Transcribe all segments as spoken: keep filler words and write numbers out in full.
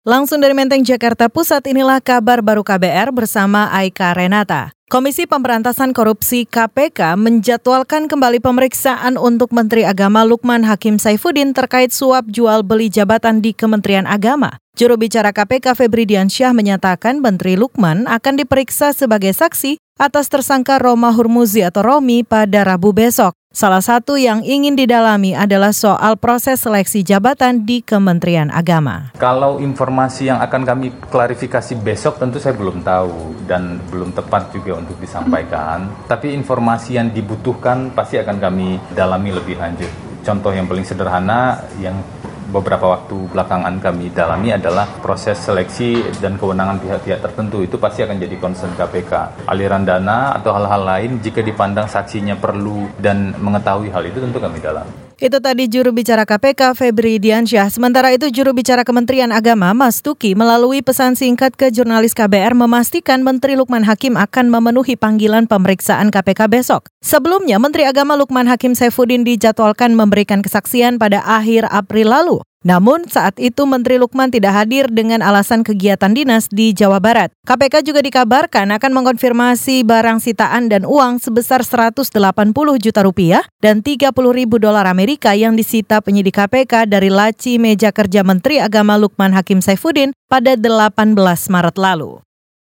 Langsung dari Menteng, Jakarta Pusat, inilah kabar baru K B R bersama Aika Renata. Komisi Pemberantasan Korupsi K P K menjadwalkan kembali pemeriksaan untuk Menteri Agama Lukman Hakim Saifuddin terkait suap jual beli jabatan di Kementerian Agama. Juru bicara K P K Febri Diansyah menyatakan Menteri Lukman akan diperiksa sebagai saksi atas tersangka Roma Hurmuzi atau Romi pada Rabu besok. Salah satu yang ingin didalami adalah soal proses seleksi jabatan di Kementerian Agama. Kalau informasi yang akan kami klarifikasi besok tentu saya belum tahu dan belum tepat juga untuk disampaikan. Tapi informasi yang dibutuhkan pasti akan kami dalami lebih lanjut. Contoh yang paling sederhana yang beberapa waktu belakangan kami dalami adalah proses seleksi dan kewenangan pihak-pihak tertentu. Itu pasti akan jadi concern K P K. Aliran dana atau hal-hal lain jika dipandang saksinya perlu dan mengetahui hal itu tentu kami dalami. Itu tadi juru bicara K P K Febri Diansyah. Sementara itu juru bicara Kementerian Agama Mas Tuki melalui pesan singkat ke jurnalis K B R memastikan Menteri Lukman Hakim akan memenuhi panggilan pemeriksaan K P K besok. Sebelumnya Menteri Agama Lukman Hakim Saifuddin dijadwalkan memberikan kesaksian pada akhir April lalu. Namun saat itu Menteri Lukman tidak hadir dengan alasan kegiatan dinas di Jawa Barat. K P K juga dikabarkan akan mengkonfirmasi barang sitaan dan uang sebesar seratus delapan puluh juta rupiah dan tiga puluh ribu dolar Amerika yang disita penyidik K P K dari laci meja kerja Menteri Agama Lukman Hakim Saifuddin pada delapan belas Maret lalu.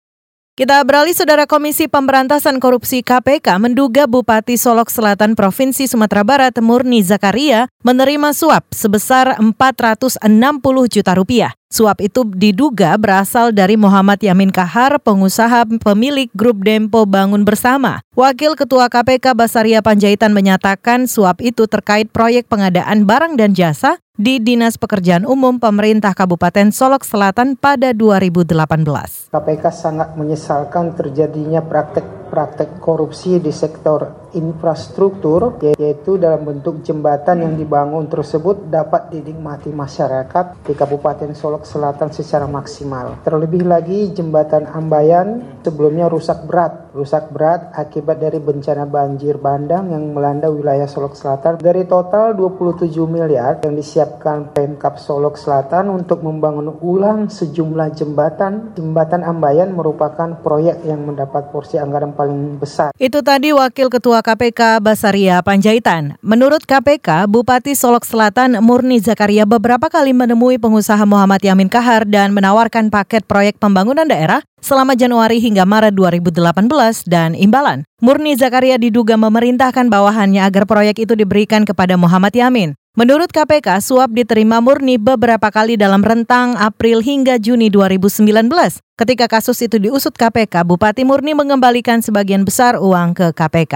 Kita beralih, Saudara. Komisi Pemberantasan Korupsi K P K menduga Bupati Solok Selatan Provinsi Sumatera Barat Murni Zakaria menerima suap sebesar empat ratus enam puluh juta rupiah. Suap itu diduga berasal dari Muhammad Yamin Kahar, pengusaha pemilik grup Dempo Bangun Bersama. Wakil Ketua K P K Basaria Panjaitan menyatakan suap itu terkait proyek pengadaan barang dan jasa di Dinas Pekerjaan Umum Pemerintah Kabupaten Solok Selatan pada dua ribu delapan belas. K P K sangat menyesalkan terjadinya praktek-praktek korupsi di sektor infrastruktur, yaitu dalam bentuk jembatan yang dibangun tersebut dapat dinikmati masyarakat di Kabupaten Solok Selatan secara maksimal. Terlebih lagi jembatan Ambayan sebelumnya rusak berat, rusak berat akibat dari bencana banjir bandang yang melanda wilayah Solok Selatan. Dari total dua puluh tujuh miliar yang disiapkan Pemkab Solok Selatan untuk membangun ulang sejumlah jembatan, jembatan Ambayan merupakan proyek yang mendapat porsi anggaran paling besar. Itu tadi Wakil Ketua K P K Basaria Panjaitan. Menurut K P K, Bupati Solok Selatan Murni Zakaria beberapa kali menemui pengusaha Muhammad Yamin Kahar dan menawarkan paket proyek pembangunan daerah selama Januari hingga Maret dua ribu delapan belas dan imbalan. Murni Zakaria diduga memerintahkan bawahannya agar proyek itu diberikan kepada Muhammad Yamin. Menurut K P K, suap diterima Murni beberapa kali dalam rentang April hingga Juni dua ribu sembilan belas. Ketika kasus itu diusut K P K, Bupati Murni mengembalikan sebagian besar uang ke K P K.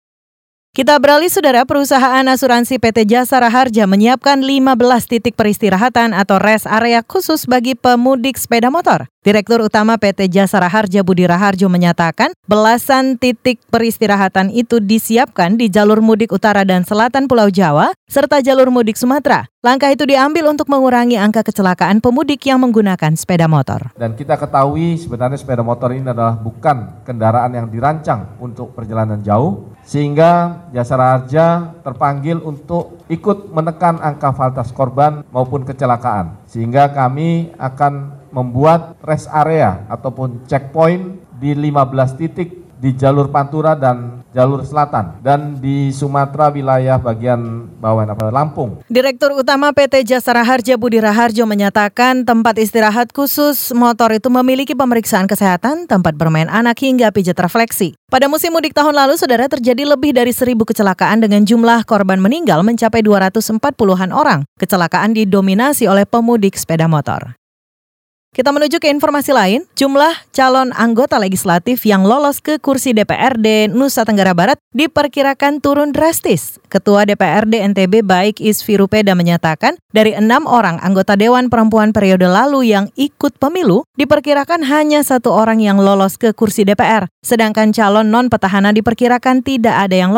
Kita beralih, Saudara. Perusahaan asuransi P T Jasa Raharja menyiapkan lima belas titik peristirahatan atau rest area khusus bagi pemudik sepeda motor. Direktur Utama P T Jasa Raharja Budi Raharjo menyatakan belasan titik peristirahatan itu disiapkan di jalur mudik utara dan selatan Pulau Jawa serta jalur mudik Sumatera. Langkah itu diambil untuk mengurangi angka kecelakaan pemudik yang menggunakan sepeda motor. Dan kita ketahui sebenarnya sepeda motor ini adalah bukan kendaraan yang dirancang untuk perjalanan jauh, sehingga Jasa Raharja terpanggil untuk ikut menekan angka fatalitas korban maupun kecelakaan. Sehingga kami akan membuat rest area ataupun checkpoint di lima belas titik di jalur Pantura dan jalur selatan dan di Sumatera wilayah bagian bawah Lampung. Direktur Utama P T Jasa Raharja Budi Raharjo menyatakan tempat istirahat khusus motor itu memiliki pemeriksaan kesehatan, tempat bermain anak hingga pijat refleksi. Pada musim mudik tahun lalu, Saudara, terjadi lebih dari seribu kecelakaan dengan jumlah korban meninggal mencapai dua ratus empat puluhan orang. Kecelakaan didominasi oleh pemudik sepeda motor. Kita menuju ke informasi lain. Jumlah calon anggota legislatif yang lolos ke kursi D P R D Nusa Tenggara Barat diperkirakan turun drastis. Ketua D P R D N T B Baik Isfi Rupeda menyatakan dari enam orang anggota Dewan Perempuan periode lalu yang ikut pemilu, diperkirakan hanya satu orang yang lolos ke kursi D P R. Sedangkan calon non-petahana diperkirakan tidak ada yang lolos.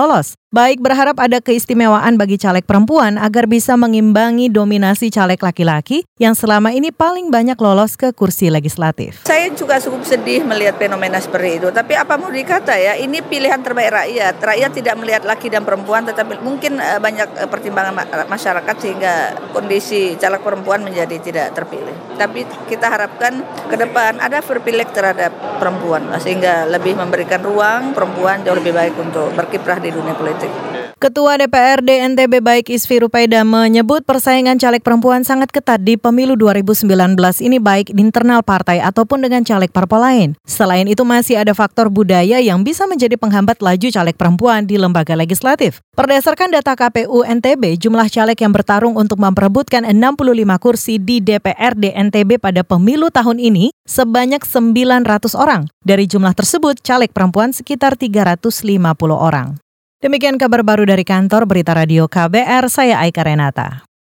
Baik berharap ada keistimewaan bagi caleg perempuan agar bisa mengimbangi dominasi caleg laki-laki yang selama ini paling banyak lolos ke kursi legislatif. Saya juga cukup sedih melihat fenomena seperti itu. Tapi apa mau dikata ya, ini pilihan terbaik rakyat. Rakyat tidak melihat laki dan perempuan, tetapi mungkin uh, banyak uh, pertimbangan ma- masyarakat sehingga kondisi caleg perempuan menjadi tidak terpilih. Tapi kita harapkan ke depan ada verpileg terhadap perempuan sehingga lebih memberikan ruang perempuan jauh lebih baik untuk berkiprah di dunia politik. Ketua D P R D N T B Baik Isfi Rupaida menyebut persaingan caleg perempuan sangat ketat di pemilu dua ribu sembilan belas ini baik di internal partai ataupun dengan caleg parpol lain. Selain itu masih ada faktor budaya yang bisa menjadi penghambat laju caleg perempuan di lembaga legislatif. Berdasarkan data K P U N T B, jumlah caleg yang bertarung untuk memperebutkan enam puluh lima kursi di D P R D N T B pada pemilu tahun ini sebanyak sembilan ratus orang. Dari jumlah tersebut, caleg perempuan sekitar tiga ratus lima puluh orang. Demikian kabar baru dari kantor Berita Radio K B R, saya Aika Renata.